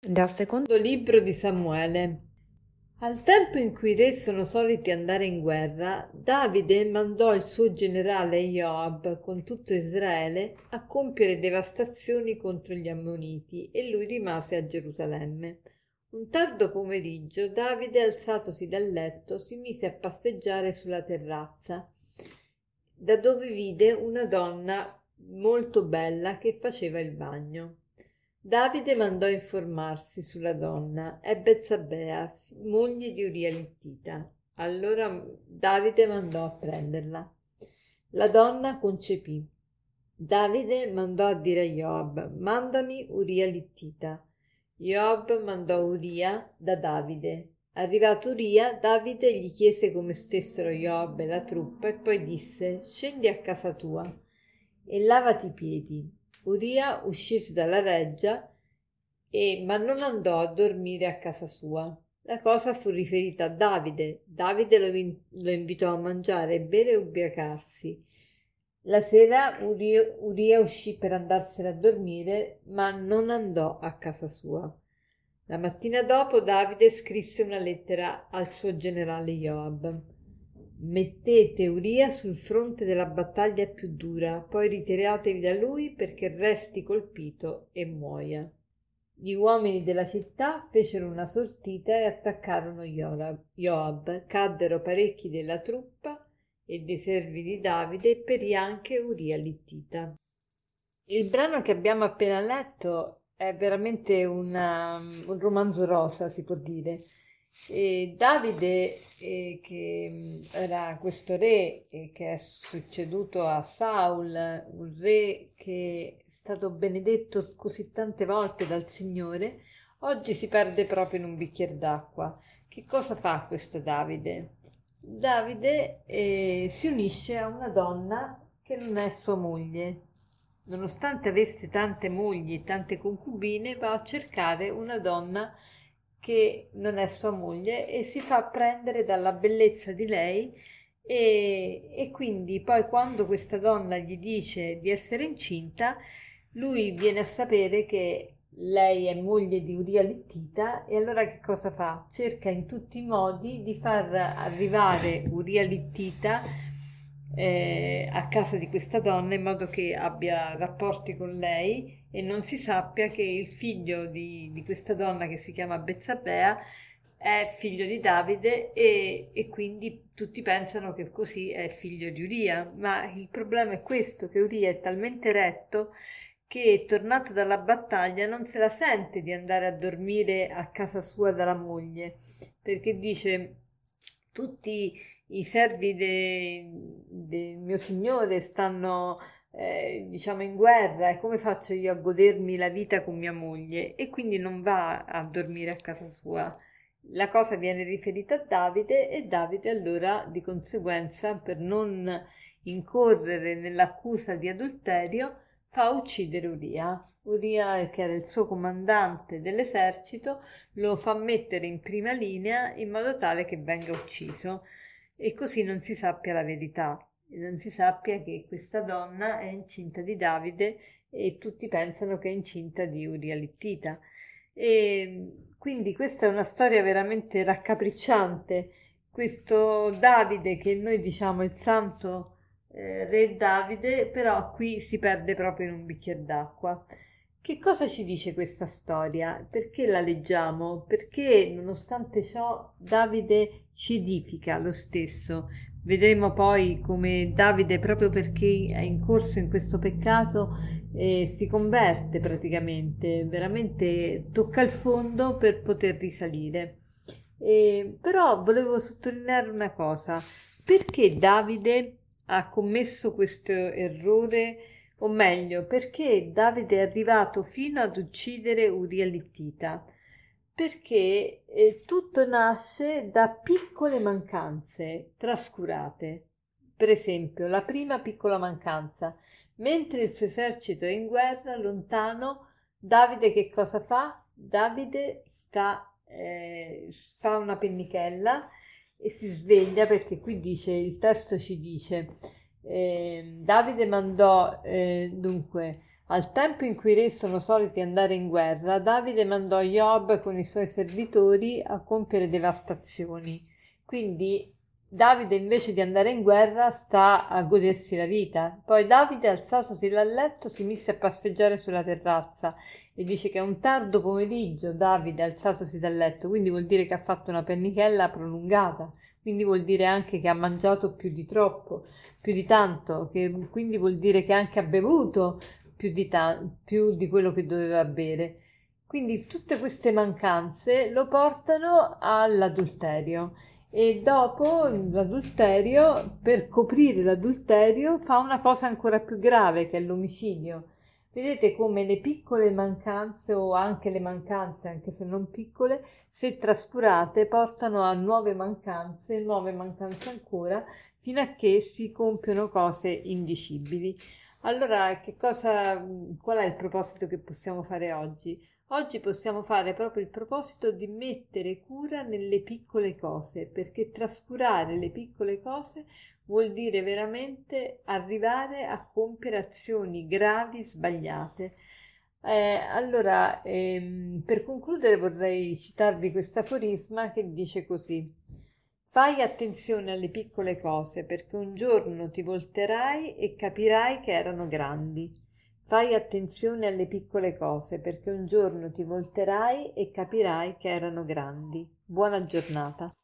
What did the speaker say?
Dal secondo libro di Samuele. Al tempo in cui i re sono soliti andare in guerra, Davide mandò il suo generale Joab con tutto Israele a compiere devastazioni contro gli Ammoniti e lui rimase a Gerusalemme. Un tardo pomeriggio Davide, alzatosi dal letto, si mise a passeggiare sulla terrazza, da dove vide una donna molto bella che faceva il bagno. Davide mandò a informarsi sulla donna, è Betsabea, moglie di Uria l'Ittita. Allora Davide mandò a prenderla. La donna concepì. Davide mandò a dire a Joab, mandami Uria l'Ittita. Joab mandò Uria da Davide. Arrivato Uria, Davide gli chiese come stessero Joab e la truppa e poi disse, scendi a casa tua e lavati i piedi. Uria uscì dalla reggia, ma non andò a dormire a casa sua. La cosa fu riferita a Davide. Davide lo invitò a mangiare e bere e ubriacarsi. La sera Uria uscì per andarsene a dormire, ma non andò a casa sua. La mattina dopo Davide scrisse una lettera al suo generale Joab. Mettete Uria sul fronte della battaglia più dura, poi ritiratevi da lui perché resti colpito e muoia. Gli uomini della città fecero una sortita e attaccarono Joab. Caddero parecchi della truppa e dei servi di Davide e perì anche Uria l'Ittita. Il brano che abbiamo appena letto è veramente un romanzo rosa, si può dire. E Davide, che era questo re che è succeduto a Saul, un re che è stato benedetto così tante volte dal Signore, oggi si perde proprio in un bicchiere d'acqua. Che cosa fa questo Davide? Davide si unisce a una donna che non è sua moglie. Nonostante avesse tante mogli e tante concubine, va a cercare una donna che non è sua moglie e si fa prendere dalla bellezza di lei e quindi poi quando questa donna gli dice di essere incinta, lui viene a sapere che lei è moglie di Uria l'Ittita e allora che cosa fa? Cerca in tutti i modi di far arrivare Uria l'Ittita a casa di questa donna in modo che abbia rapporti con lei e non si sappia che il figlio di questa donna che si chiama Betsabea è figlio di Davide e quindi tutti pensano che così è figlio di Uria, ma il problema è questo, che Uria è talmente retto che tornato dalla battaglia non se la sente di andare a dormire a casa sua dalla moglie, perché dice tutti i servi del mio signore stanno diciamo in guerra e come faccio io a godermi la vita con mia moglie e quindi non va a dormire a casa sua. La cosa viene riferita a Davide e Davide allora di conseguenza per non incorrere nell'accusa di adulterio fa uccidere Uria. Uria, che era il suo comandante dell'esercito, lo fa mettere in prima linea in modo tale che venga ucciso e così non si sappia la verità, e non si sappia che questa donna è incinta di Davide e tutti pensano che è incinta di Uria l'Ittita. E quindi questa è una storia veramente raccapricciante. Questo Davide che noi diciamo il santo re Davide, però qui si perde proprio in un bicchiere d'acqua. Che cosa ci dice questa storia? Perché la leggiamo? Perché nonostante ciò Davide ci edifica lo stesso. Vedremo poi come Davide, proprio perché è incorso in questo peccato, si converte praticamente, veramente tocca il fondo per poter risalire. Però volevo sottolineare una cosa, perché Davide ha commesso questo errore, o meglio, perché Davide è arrivato fino ad uccidere Uria l'Ittita? Perché tutto nasce da piccole mancanze trascurate. Per esempio, la prima piccola mancanza, mentre il suo esercito è in guerra, lontano, Davide che cosa fa? Davide fa una pennichella e si sveglia perché qui dice, il testo ci dice, Davide mandò dunque Al tempo in cui i re sono soliti andare in guerra, Davide mandò Joab con i suoi servitori a compiere devastazioni. Quindi Davide invece di andare in guerra sta a godersi la vita. Poi Davide, alzatosi dal letto, si mise a passeggiare sulla terrazza e dice che è un tardo pomeriggio Davide alzatosi dal letto, quindi vuol dire che ha fatto una pennichella prolungata, quindi vuol dire anche che ha mangiato più di troppo, più di tanto, quindi vuol dire che anche ha bevuto più di quello che doveva bere. Quindi tutte queste mancanze lo portano all'adulterio e dopo l'adulterio, per coprire l'adulterio, fa una cosa ancora più grave che è l'omicidio. Vedete come le piccole mancanze o anche le mancanze, anche se non piccole, se trascurate, portano a nuove mancanze ancora, fino a che si compiono cose indicibili. Allora, qual è il proposito che possiamo fare oggi? Oggi possiamo fare proprio il proposito di mettere cura nelle piccole cose, perché trascurare le piccole cose vuol dire veramente arrivare a compiere azioni gravi, sbagliate. Per concludere vorrei citarvi questo aforisma che dice così: fai attenzione alle piccole cose, perché un giorno ti volterai e capirai che erano grandi. Fai attenzione alle piccole cose, perché un giorno ti volterai e capirai che erano grandi. Buona giornata.